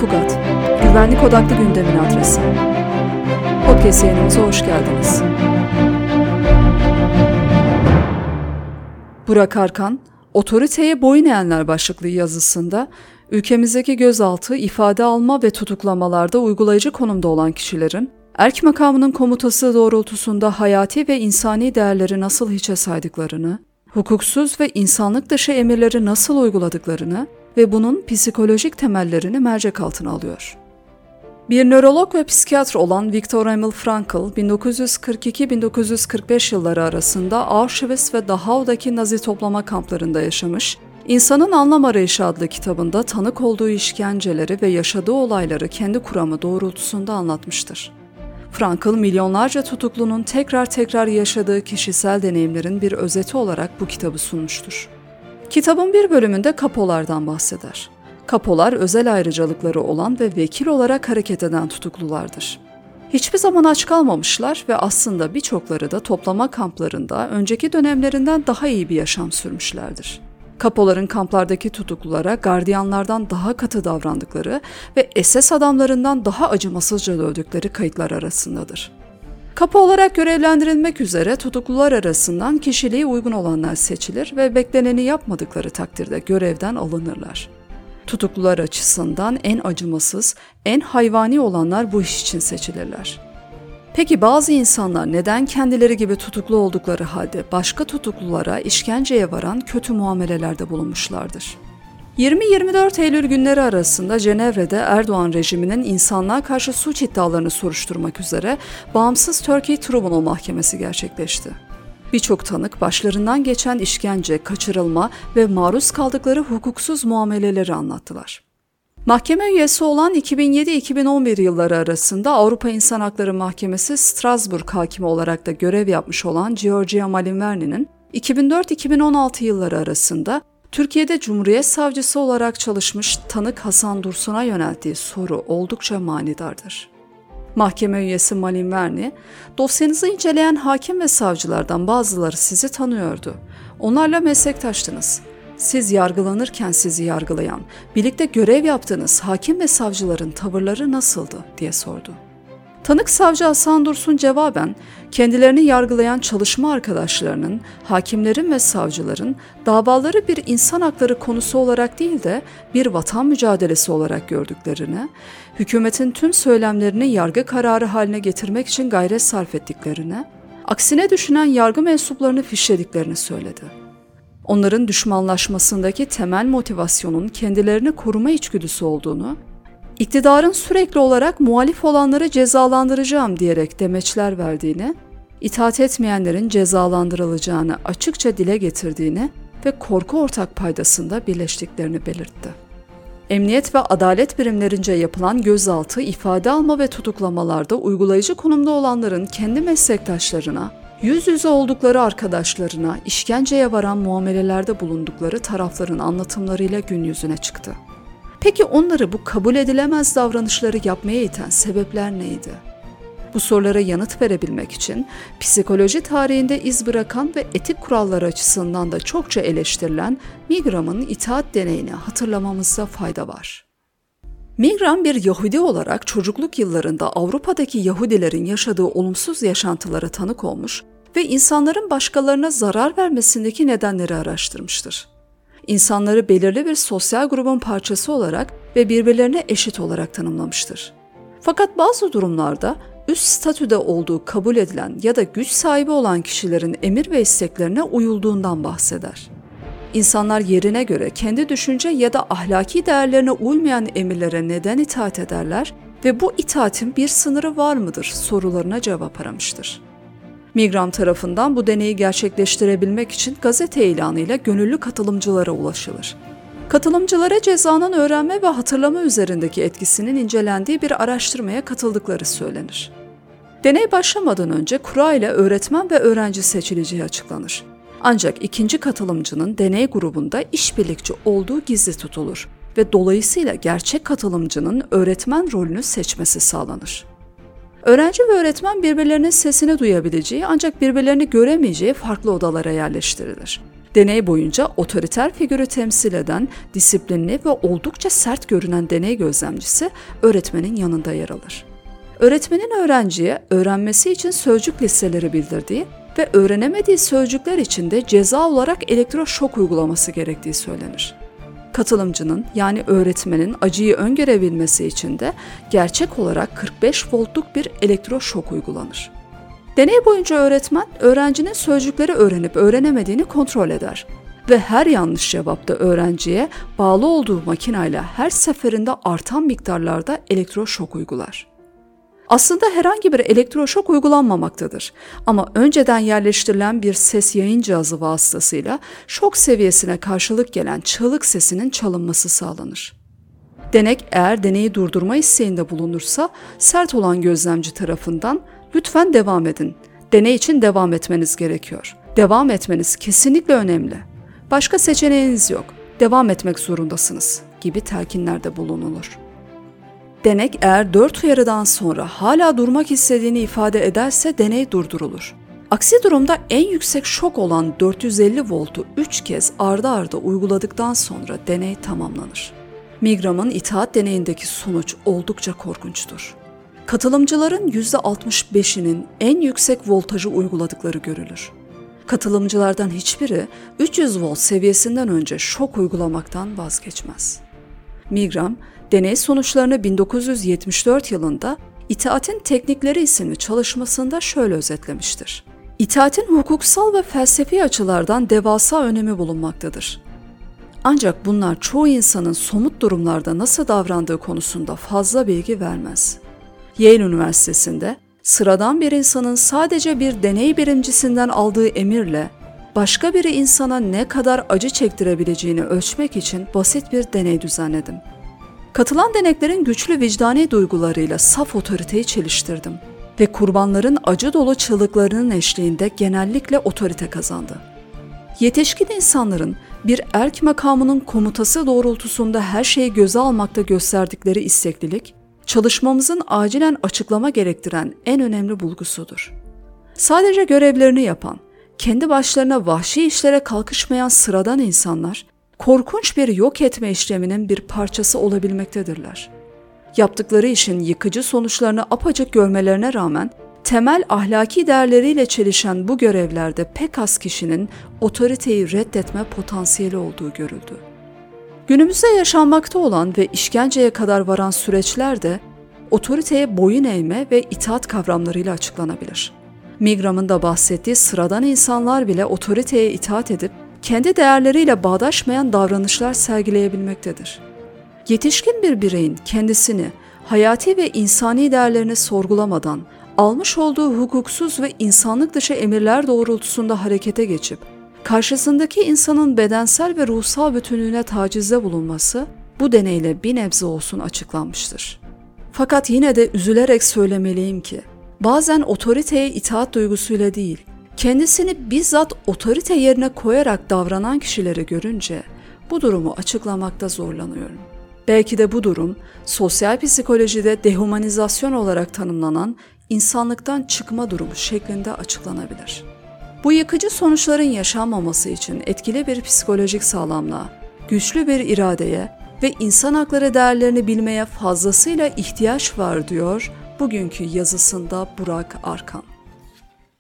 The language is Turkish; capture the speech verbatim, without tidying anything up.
Pugat, güvenlik odaklı gündemin adresi. Podcast yayınımıza hoş geldiniz. Burak Arkan, Otoriteye Boyun Eğenler başlıklı yazısında ülkemizdeki gözaltı, ifade alma ve tutuklamalarda uygulayıcı konumda olan kişilerin erk makamının komutası doğrultusunda hayati ve insani değerleri nasıl hiçe saydıklarını, hukuksuz ve insanlık dışı emirleri nasıl uyguladıklarını ve bunun psikolojik temellerini mercek altına alıyor. Bir nörolog ve psikiyatr olan Viktor Emil Frankl, bin dokuz yüz kırk iki bin dokuz yüz kırk beş yılları arasında Auschwitz ve Dachau'daki Nazi toplama kamplarında yaşamış, İnsanın Anlam Arayışı adlı kitabında tanık olduğu işkenceleri ve yaşadığı olayları kendi kuramı doğrultusunda anlatmıştır. Frankl, milyonlarca tutuklunun tekrar tekrar yaşadığı kişisel deneyimlerin bir özeti olarak bu kitabı sunmuştur. Kitabın bir bölümünde kapolardan bahseder. Kapolar, özel ayrıcalıkları olan ve vekil olarak hareket eden tutuklulardır. Hiçbir zaman aç kalmamışlar ve aslında birçokları da toplama kamplarında önceki dönemlerinden daha iyi bir yaşam sürmüşlerdir. Kapoların kamplardaki tutuklulara gardiyanlardan daha katı davrandıkları ve S S adamlarından daha acımasızca dövdükleri kayıtlar arasındadır. Kapo olarak görevlendirilmek üzere tutuklular arasından kişiliği uygun olanlar seçilir ve bekleneni yapmadıkları takdirde görevden alınırlar. Tutuklular açısından en acımasız, en hayvani olanlar bu iş için seçilirler. Peki bazı insanlar neden kendileri gibi tutuklu oldukları halde başka tutuklulara işkenceye varan kötü muamelelerde bulunmuşlardır? yirmi yirmi dört Eylül günleri arasında Cenevre'de Erdoğan rejiminin insanlığa karşı suç iddialarını soruşturmak üzere bağımsız Turkey Tribunal Mahkemesi gerçekleşti. Birçok tanık başlarından geçen işkence, kaçırılma ve maruz kaldıkları hukuksuz muameleleri anlattılar. Mahkeme üyesi olan iki bin yedi iki bin on bir yılları arasında Avrupa İnsan Hakları Mahkemesi Strasbourg hakimi olarak da görev yapmış olan Giorgia Malinverni'nin iki bin dört iki bin on altı yılları arasında Türkiye'de Cumhuriyet Savcısı olarak çalışmış tanık Hasan Dursun'a yönelttiği soru oldukça manidardır. Mahkeme üyesi Malinverni, dosyanızı inceleyen hakim ve savcılardan bazıları sizi tanıyordu. Onlarla meslektaştınız. Siz yargılanırken sizi yargılayan, birlikte görev yaptığınız hakim ve savcıların tavırları nasıldı diye sordu. Tanık savcı Hasan Dursun cevaben, kendilerini yargılayan çalışma arkadaşlarının, hakimlerin ve savcıların davaları bir insan hakları konusu olarak değil de bir vatan mücadelesi olarak gördüklerini, hükümetin tüm söylemlerini yargı kararı haline getirmek için gayret sarf ettiklerini, aksine düşünen yargı mensuplarını fişlediklerini söyledi. Onların düşmanlaşmasındaki temel motivasyonun kendilerini koruma içgüdüsü olduğunu, iktidarın sürekli olarak muhalif olanları cezalandıracağım diyerek demeçler verdiğini, itaat etmeyenlerin cezalandırılacağını açıkça dile getirdiğini ve korku ortak paydasında birleştiklerini belirtti. Emniyet ve adalet birimlerince yapılan gözaltı, ifade alma ve tutuklamalarda uygulayıcı konumda olanların kendi meslektaşlarına, yüz yüze oldukları arkadaşlarına işkenceye varan muamelelerde bulundukları tarafların anlatımlarıyla gün yüzüne çıktı. Peki onları bu kabul edilemez davranışları yapmaya iten sebepler neydi? Bu sorulara yanıt verebilmek için psikoloji tarihinde iz bırakan ve etik kuralları açısından da çokça eleştirilen Milgram'ın itaat deneyini hatırlamamızda fayda var. Milgram bir Yahudi olarak çocukluk yıllarında Avrupa'daki Yahudilerin yaşadığı olumsuz yaşantılara tanık olmuş ve insanların başkalarına zarar vermesindeki nedenleri araştırmıştır. İnsanları belirli bir sosyal grubun parçası olarak ve birbirlerine eşit olarak tanımlamıştır. Fakat bazı durumlarda üst statüde olduğu kabul edilen ya da güç sahibi olan kişilerin emir ve isteklerine uyulduğundan bahseder. İnsanlar yerine göre kendi düşünce ya da ahlaki değerlerine uymayan emirlere neden itaat ederler ve bu itaatin bir sınırı var mıdır sorularına cevap aramıştır. Milgram tarafından bu deneyi gerçekleştirebilmek için gazete ilanıyla gönüllü katılımcılara ulaşılır. Katılımcılara cezanın öğrenme ve hatırlama üzerindeki etkisinin incelendiği bir araştırmaya katıldıkları söylenir. Deney başlamadan önce kura ile öğretmen ve öğrenci seçileceği açıklanır. Ancak ikinci katılımcının deney grubunda işbirlikçi olduğu gizli tutulur ve dolayısıyla gerçek katılımcının öğretmen rolünü seçmesi sağlanır. Öğrenci ve öğretmen birbirlerinin sesini duyabileceği ancak birbirlerini göremeyeceği farklı odalara yerleştirilir. Deney boyunca otoriter figürü temsil eden, disiplinli ve oldukça sert görünen deney gözlemcisi öğretmenin yanında yer alır. Öğretmenin öğrenciye öğrenmesi için sözcük listeleri bildirdiği ve öğrenemediği sözcükler için de ceza olarak elektroşok uygulaması gerektiği söylenir. Katılımcının yani öğretmenin acıyı öngörebilmesi için de gerçek olarak kırk beş voltluk bir elektroşok uygulanır. Deney boyunca öğretmen, öğrencinin sözcükleri öğrenip öğrenemediğini kontrol eder ve her yanlış cevapta öğrenciye bağlı olduğu makinayla her seferinde artan miktarlarda elektroşok uygular. Aslında herhangi bir elektroşok uygulanmamaktadır ama önceden yerleştirilen bir ses yayın cihazı vasıtasıyla şok seviyesine karşılık gelen çığlık sesinin çalınması sağlanır. Denek eğer deneyi durdurma isteğinde bulunursa sert olan gözlemci tarafından "Lütfen devam edin. Deney için devam etmeniz gerekiyor. Devam etmeniz kesinlikle önemli. Başka seçeneğiniz yok. Devam etmek zorundasınız." gibi telkinlerde bulunulur. Denek eğer dört uyarıdan sonra hala durmak istediğini ifade ederse deney durdurulur. Aksi durumda en yüksek şok olan dört yüz elli voltu üç kez ardı arda uyguladıktan sonra deney tamamlanır. Milgram'ın itaat deneyindeki sonuç oldukça korkunçtur. Katılımcıların yüzde altmış beşinin en yüksek voltajı uyguladıkları görülür. Katılımcılardan hiçbiri üç yüz volt seviyesinden önce şok uygulamaktan vazgeçmez. Milgram, deney sonuçlarını bin dokuz yüz yetmiş dört yılında İtaatin Teknikleri isimli çalışmasında şöyle özetlemiştir. İtaatin hukuksal ve felsefi açılardan devasa önemi bulunmaktadır. Ancak bunlar çoğu insanın somut durumlarda nasıl davrandığı konusunda fazla bilgi vermez. Yale Üniversitesi'nde sıradan bir insanın sadece bir deney birimcisinden aldığı emirle başka bir insana ne kadar acı çektirebileceğini ölçmek için basit bir deney düzenledim. Katılan deneklerin güçlü vicdani duygularıyla saf otoriteyi çeliştirdim ve kurbanların acı dolu çığlıklarının eşliğinde genellikle otorite kazandı. Yetişkin insanların bir erk makamının komutası doğrultusunda her şeyi göze almakta gösterdikleri isteklilik, çalışmamızın acilen açıklama gerektiren en önemli bulgusudur. Sadece görevlerini yapan, kendi başlarına vahşi işlere kalkışmayan sıradan insanlar, korkunç bir yok etme işleminin bir parçası olabilmektedirler. Yaptıkları işin yıkıcı sonuçlarını apacık görmelerine rağmen, temel ahlaki değerleriyle çelişen bu görevlerde pek az kişinin otoriteyi reddetme potansiyeli olduğu görüldü. Günümüzde yaşanmakta olan ve işkenceye kadar varan süreçler de otoriteye boyun eğme ve itaat kavramlarıyla açıklanabilir. Milgram'ın da bahsettiği sıradan insanlar bile otoriteye itaat edip kendi değerleriyle bağdaşmayan davranışlar sergileyebilmektedir. Yetişkin bir bireyin kendisini, hayati ve insani değerlerini sorgulamadan, almış olduğu hukuksuz ve insanlık dışı emirler doğrultusunda harekete geçip, karşısındaki insanın bedensel ve ruhsal bütünlüğüne tacizde bulunması, bu deneyle bir nebze olsun açıklanmıştır. Fakat yine de üzülerek söylemeliyim ki, bazen otoriteye itaat duygusuyla değil, kendisini bizzat otorite yerine koyarak davranan kişileri görünce bu durumu açıklamakta zorlanıyorum. Belki de bu durum, sosyal psikolojide dehumanizasyon olarak tanımlanan insanlıktan çıkma durumu şeklinde açıklanabilir. Bu yıkıcı sonuçların yaşanmaması için etkili bir psikolojik sağlamlığa, güçlü bir iradeye ve insan hakları değerlerini bilmeye fazlasıyla ihtiyaç var diyor bugünkü yazısında Burak Arkan.